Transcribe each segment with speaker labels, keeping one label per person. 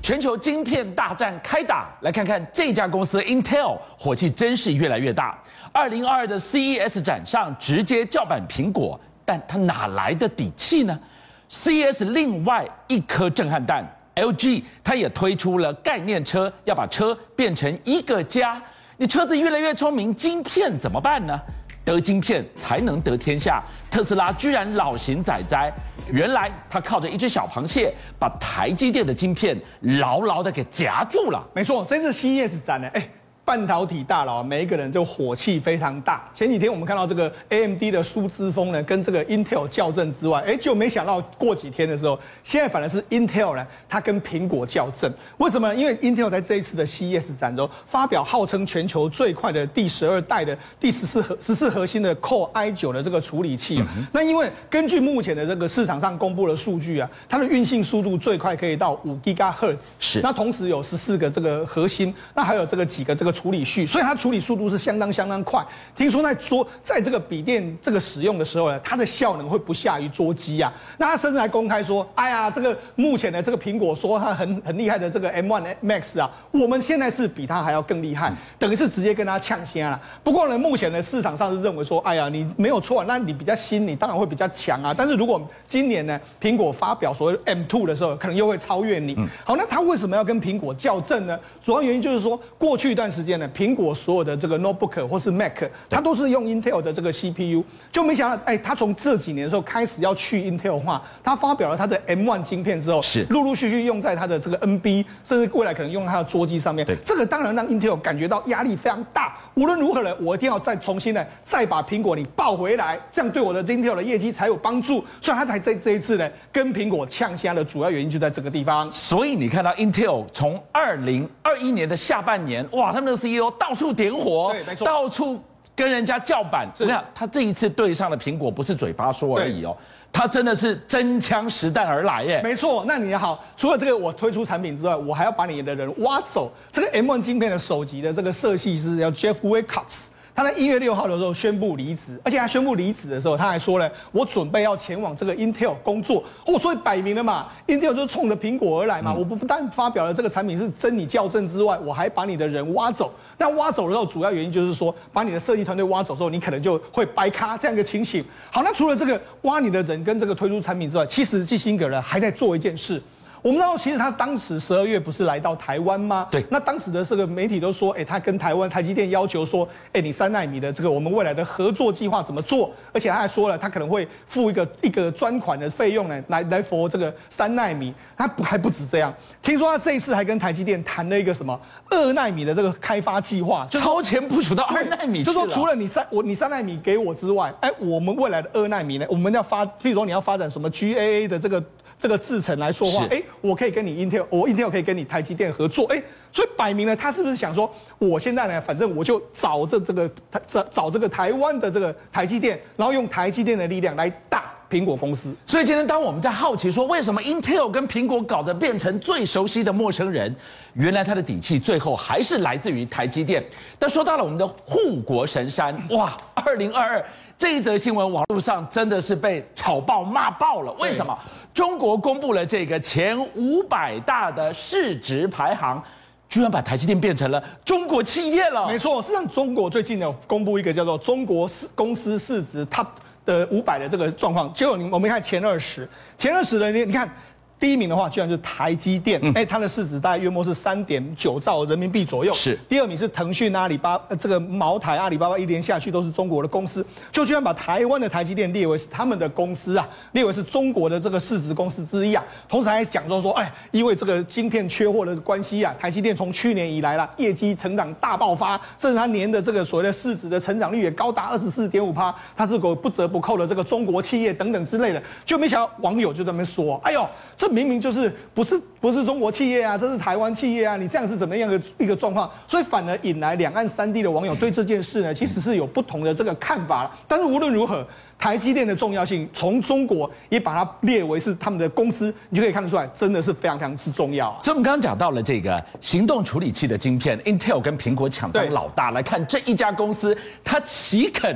Speaker 1: 全球晶片大战开打，来看看这家公司 Intel 火气真是越来越大。2022的 CES 展上直接叫板苹果，但它哪来的底气呢 ？CES 另外一颗震撼弹 ，LG 它也推出了概念车，要把车变成一个家。你车子越来越聪明，晶片怎么办呢？得晶片才能得天下，特斯拉居然老型仔仔，原来他靠着一只小螃蟹，把台积电的晶片牢牢的给夹住了。
Speaker 2: 没错，这次 CES 展呢，半导体大佬每一个人就火气非常大。前几天我们看到这个 AMD 的苏姿丰呢，跟这个 Intel 较正之外，就没想到过几天的时候，现在反而是 Intel 呢，它跟苹果较正。为什么？因为 Intel 在这一次的 CES 展中发表号称全球最快的第12代的第14核心的 Core i9的这个处理器啊。那因为根据目前的这个市场上公布的数据啊，它的运行速度最快可以到5 GHz，
Speaker 1: 是。
Speaker 2: 那同时有14个这个核心，那还有这个几个这个处理序，所以它处理速度是相当快。听说在这个笔电这个使用的时候呢，它的效能会不下于桌机啊。那他甚至还公开说，哎呀，这个目前的这个苹果说它很厉害的这个 M1 Max 啊，我们现在是比它还要更厉害，等于是直接跟它呛虾了。不过呢，目前的市场上是认为说，哎呀，你没有错，那你比较新，你当然会比较强啊。但是如果今年呢，苹果发表所谓 M2 的时候，可能又会超越你。好，那他为什么要跟苹果较正呢？主要原因就是说，过去一段时间呢，苹果所有的这个 notebook 或是 Mac， 它都是用 Intel 的这个 CPU， 就没想到，它从这几年的时候开始要去 Intel 化，它发表了它的 M1 晶片之后，
Speaker 1: 是
Speaker 2: 陆续用在它的这个 NB， 甚至未来可能用在它的桌机上面。这个当然让 Intel 感觉到压力非常大。无论如何呢，我一定要再重新再把苹果你抱回来，这样对我的 Intel 的业绩才有帮助。所以它才这一次呢跟苹果呛虾的主要原因就在这个地方。
Speaker 1: 所以你看到 Intel 从2021年的下半年，哇，他们的 CEO 到处点火，
Speaker 2: 对，没错，
Speaker 1: 到处跟人家叫板。我看他这一次对上了苹果，不是嘴巴说而已哦，他真的是真枪实弹而来耶。
Speaker 2: 没错，那你好，除了这个我推出产品之外，我还要把你的人挖走。这个 M1 晶片的首席的这个设计师叫 Jeff Wilcox。他在1月6号的时候宣布离职，而且他宣布离职的时候，他还说了，我准备要前往这个 Intel 工作。所以摆明了嘛 ，Intel 就是冲着苹果而来嘛。我不但发表了这个产品是真你校正之外，我还把你的人挖走。那挖走的时候，主要原因就是说，把你的设计团队挖走之后，你可能就会掰咖这样一个情形。好，那除了这个挖你的人跟这个推出产品之外，其实基辛格呢还在做一件事。我们知道，其实他当时12月不是来到台湾吗？
Speaker 1: 对。
Speaker 2: 那当时的这个媒体都说，他跟台积电要求说，你3奈米的这个我们未来的合作计划怎么做？而且他还说了，他可能会付一个专款的费用呢，来for这个3奈米。他还不止这样，听说他这一次还跟台积电谈了一个什么2奈米的这个开发计划，
Speaker 1: 就超前部署到2奈米去了。
Speaker 2: 就说除了你3奈米给我之外，我们未来的2奈米呢，我们要譬如说你要发展什么 GAA 的这个制程来说话，我可以跟你 Intel 可以跟你台积电合作，所以摆明了他是不是想说，我现在呢，反正我就找这个台湾的这个台积电，然后用台积电的力量来打苹果公司。
Speaker 1: 所以今天当我们在好奇说，为什么 Intel 跟苹果搞得变成最熟悉的陌生人，原来他的底气最后还是来自于台积电。但说到了我们的护国神山，哇，2022这一则新闻网络上真的是被炒爆骂爆了。为什么？中国公布了这个前500大的市值排行，居然把台积电变成了中国企业了。
Speaker 2: 没错，事实上中国最近有公布一个叫做中国公司市值 Top 的500的这个状况，结果我们看前20的你看。第一名的话，居然是台积电，它的市值大概约莫是3.9兆人民币左右。
Speaker 1: 是。
Speaker 2: 第二名是腾讯、阿里巴巴，这个茅台、阿里巴巴一连下去都是中国的公司，就居然把台湾的台积电列为是他们的公司啊，列为是中国的这个市值公司之一啊。同时还讲说，因为这个晶片缺货的关系啊，台积电从去年以来啦，业绩成长大爆发，甚至它年的这个所谓的市值的成长率也高达24.5%，它是个不折不扣的这个中国企业等等之类的。就没想到网友就在那边说，这明明就是不是中国企业啊，这是台湾企业啊，你这样是怎么样的一个状况？所以反而引来两岸3地的网友对这件事呢，其实是有不同的这个看法了。但是无论如何，台积电的重要性，从中国也把它列为是他们的公司，你就可以看得出来，真的是非常非常之重要啊。
Speaker 1: 所以我们刚刚讲到了这个行动处理器的晶片 ，Intel 跟苹果抢当老大。来看这一家公司，它岂肯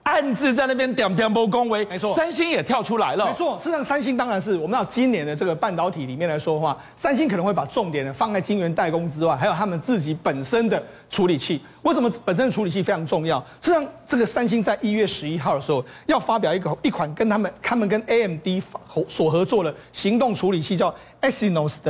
Speaker 1: 暗自在那边点不恭维。
Speaker 2: 没错，
Speaker 1: 三星也跳出来了。
Speaker 2: 没错，事实上三星当然是我们知道今年的这个半导体里面来说的话，三星可能会把重点呢放在晶圆代工之外，还有他们自己本身的处理器。为什么本身的处理器非常重要？事实上，这个三星在1月11号的时候要发表一款跟他们跟 AMD 所合作的行动处理器，叫 Exynos 的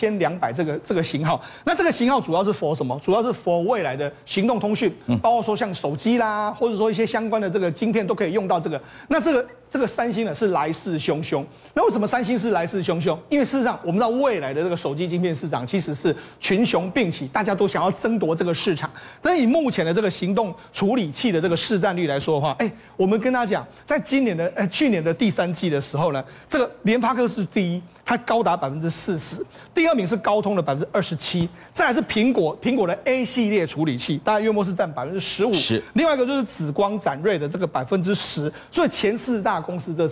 Speaker 2: 2200这个型号。那这个型号主要是 for 什么？主要是 for 未来的行动通讯，包括说像手机啦，或者说一些相关的这个晶片都可以用到这个。那这个三星呢是来势汹汹。那为什么三星是来势汹汹？因为事实上我们知道未来的这个手机晶片市场其实是群雄并起，大家都想要争夺这个市场。但以目前的这个行动处理器的这个市占率来说的话，我们跟大家讲，在去年的第3季的时候呢，这个联发科是第一。它高达40%，第二名是高通的27%，再来是苹果的 A 系列处理器，大概约莫是占15%，另外一个就是紫光展锐的这个10%，所以前4大公司这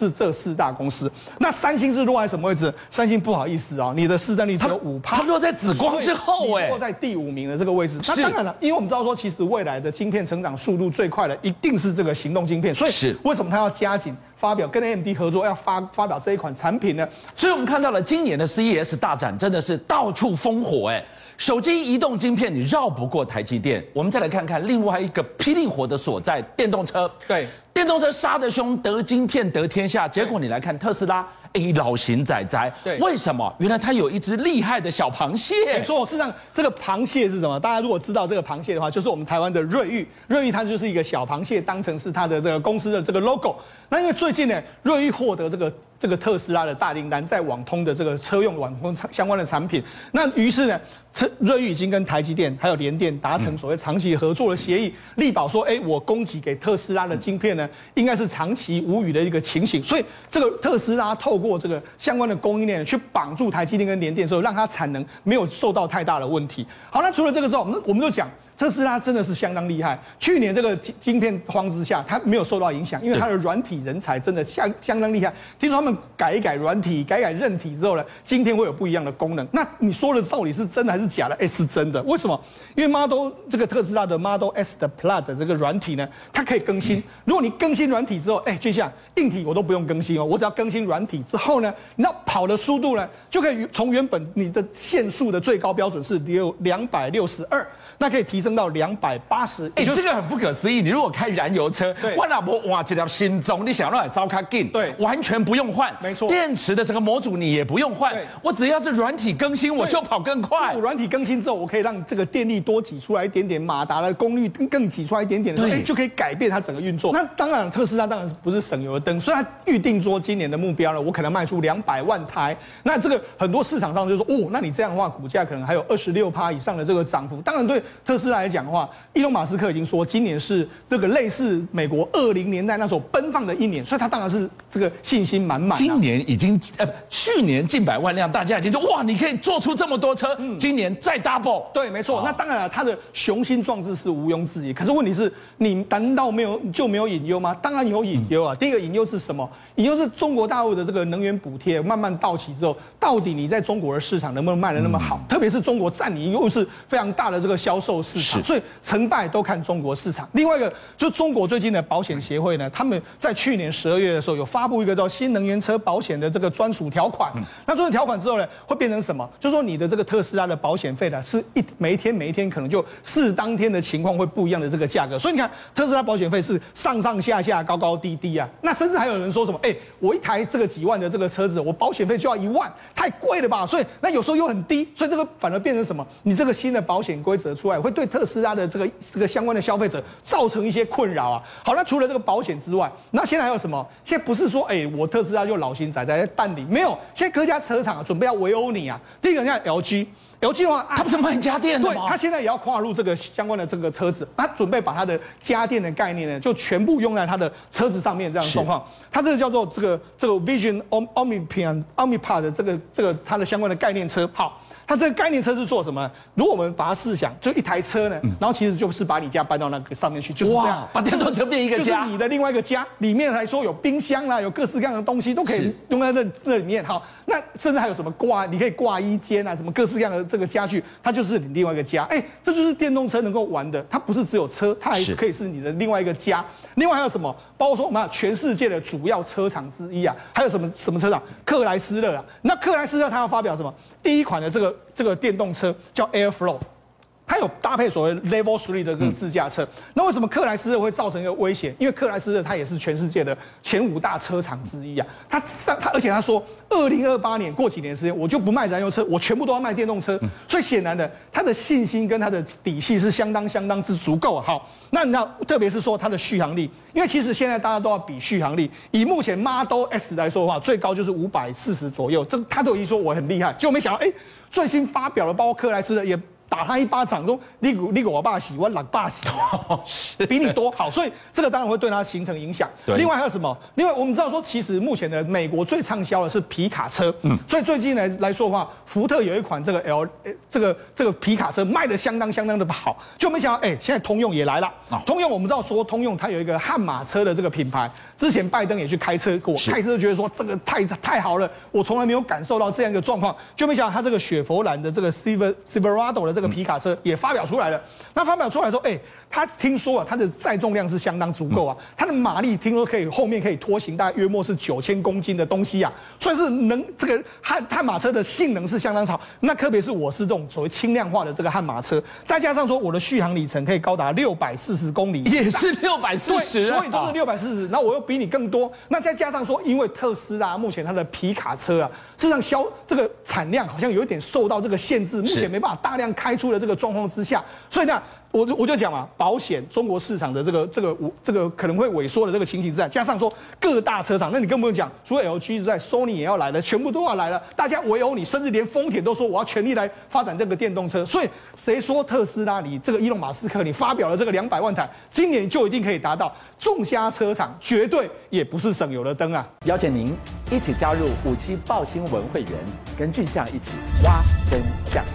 Speaker 2: 4大公司。那三星是落在什么位置？三星不好意思啊，你的市占率只有5%，
Speaker 1: 它落在紫光之后，
Speaker 2: 落在第5名的这个位置。那当然了，因为我们知道说，其实未来的晶片成长速度最快的一定是这个行动晶片，所以为什么它要加紧发表跟 AMD 合作要发表这一款产品呢？
Speaker 1: 所以我们看到了今年的 CES 大展真的是到处烽火手机移动晶片你绕不过台积电。我们再来看看另外一个霹雳火的所在，电动车。
Speaker 2: 对，
Speaker 1: 电动车杀得凶，得晶片得天下。结果你来看特斯拉，老型仔仔，为什么？原来它有一只厉害的小螃蟹。
Speaker 2: 没错，事实上这个螃蟹是什么？大家如果知道这个螃蟹的话，就是我们台湾的瑞昱。瑞昱它就是一个小螃蟹，当成是它的这个公司的这个 logo。那因为最近呢，瑞昱获得这个特斯拉的大订单，在网通的这个车用网通相关的产品。那于是呢，瑞昱已经跟台积电还有联电达成所谓长期合作的协议，力保说，我供给给特斯拉的晶片呢，应该是长期无虞的一个情形。所以这个特斯拉透过这个相关的供应链去绑住台积电跟联电的时候，让它产能没有受到太大的问题。好，那除了这个之后，我们就讲。特斯拉真的是相当厉害。去年这个晶片荒之下，它没有受到影响，因为它的软体人才真的相当厉害。听说他们改一改软体、改韧体之后呢，晶片会有不一样的功能。那你说的到底是真的还是假的？是真的。为什么？因为这个特斯拉的 Model S 的 Plus 的这个软体呢，它可以更新。如果你更新软体之后，接下来硬体我都不用更新哦，我只要更新软体之后呢，那跑的速度呢，就可以从原本你的限速的最高标准是262。那可以提升到280。
Speaker 1: 这个很不可思议。你如果开燃油车，我那不哇这条心中，你想让它糟卡进，
Speaker 2: 对，
Speaker 1: 完全不用换。
Speaker 2: 没错，
Speaker 1: 电池的整个模组你也不用换，我只要是软体更新，我就跑更快。
Speaker 2: 我软体更新之后，我可以让这个电力多挤出来一点点，马达的功率更挤出来一点点的时候，就可以改变它整个运作。那当然，特斯拉当然不是省油的灯，所以它预定说今年的目标呢，我可能卖出200万台。那这个很多市场上就说，那你这样的话，股价可能还有26%以上的这个涨幅。当然对特斯拉来讲的话，伊隆马斯克已经说今年是这个类似美国20年代那时候奔放的一年，所以他当然是这个信心满满。
Speaker 1: 今年已经去年近100万辆，大家已经说哇，你可以做出这么多车，今年再 double。
Speaker 2: 对，没错。那当然了，他的雄心壮志是毋庸置疑。可是问题是，你难道没有隐忧吗？当然有隐忧啊。第一个隐忧是什么？隐忧是中国大陆的这个能源补贴慢慢到期之后，到底你在中国的市场能不能卖得那么好？特别是中国占领又是非常大的这个销售市场，所以成败都看中国市场。另外一个，就中国最近的保险协会呢，他们在去年12月的时候有发布一个叫新能源车保险的这个专属条款。那专属条款之后呢，会变成什么？就是说你的这个特斯拉的保险费呢，是每一天可能就视当天的情况会不一样的这个价格。所以你看，特斯拉保险费是上上下下、高高低低啊。那甚至还有人说什么？我一台这个几万的这个车子，我保险费就要1万，太贵了吧？所以那有时候又很低，所以这个反而变成什么？你这个新的保险规则出来，会对特斯拉的这个相关的消费者造成一些困扰啊。好，那除了这个保险之外，那现在还有什么？现在不是说我特斯拉就老型仔在办理，没有，现在各家车厂准备要围殴你啊。第一个，你看 LG 的话，
Speaker 1: 它不是卖家电的吗？
Speaker 2: 对，它现在也要跨入这个相关的这个车子，它准备把它的家电的概念呢，就全部用在它的车子上面这样的状况。它这个叫做这个 Vision Omnipod 的这个它的相关的概念车。好， 它这个概念车是做什么呢？如果我们把它试想，就一台车呢，然后其实就是把你家搬到那个上面去，就是这样，
Speaker 1: 把电动车变一个家，
Speaker 2: 就是你的另外一个家，里面来说有冰箱啦，有各式各样的东西都可以用在那里面。好，那甚至还有什么你可以挂衣间啊，什么各式各样的这个家具，它就是你另外一个家。这就是电动车能够玩的，它不是只有车，它还可以是你的另外一个家。另外还有什么？包括说我们全世界的主要车厂之一啊，还有什么车厂？克莱斯勒啊。那克莱斯勒它要发表什么？第一款的这个电动车叫 Airflow。它有搭配所谓 Level 3的这个自驾车。那为什么克莱斯勒会造成一个威胁？因为克莱斯勒它也是全世界的前5大车厂之一啊。而且他说，2028年过几年时间，我就不卖燃油车，我全部都要卖电动车。所以显然的，他的信心跟他的底气是相当之足够啊。好，那你知道，特别是说它的续航力，因为其实现在大家都要比续航力。以目前 Model S 来说的话，最高就是540左右，他都已经说我很厉害，结果没想到，最新发表了，包括克莱斯勒也打他一巴掌，说你给我爸洗，我老爸洗，比你多好，所以这个当然会对他形成影响。另外还有什么？另外我们知道说，其实目前的美国最畅销的是皮卡车，所以最近来说的话，福特有一款这个皮卡车卖的相当的好，就没想到现在通用也来了。通用我们知道说，通用它有一个悍马车的这个品牌，之前拜登也去开车过，开车觉得说这个太好了，我从来没有感受到这样一个状况，就没想到他这个雪佛兰的这个 Silverado 的这个皮卡车也发表出来了。那发表出来说，他听说它的载重量是相当足够啊，它的马力听说后面可以拖行大概约莫是9000公斤的东西啊，所以是这个悍马车的性能是相当好。那特别是我是这种所谓轻量化的这个悍马车，再加上说我的续航里程可以高达640公里，
Speaker 1: 也是640，
Speaker 2: 所以都是640，然后我又比你更多。那再加上说，因为特斯拉目前它的皮卡车啊，事实上这个产量好像有一点受到这个限制，目前没办法大量开出的这个状况之下，所以呢，我就讲嘛，保险中国市场的这个可能会萎缩的这个情形之下，加上说各大车厂，那你更不用讲，除了 LG 之外 ，Sony 也要来了，全部都要来了，大家围殴你，甚至连丰田都说我要全力来发展这个电动车。所以谁说特斯拉你这个伊隆马斯克你发表了这个200万台，今年就一定可以达到？众家车厂绝对也不是省油的灯啊！
Speaker 3: 邀请您一起加入57爆新闻会员，跟俊相一起挖真相。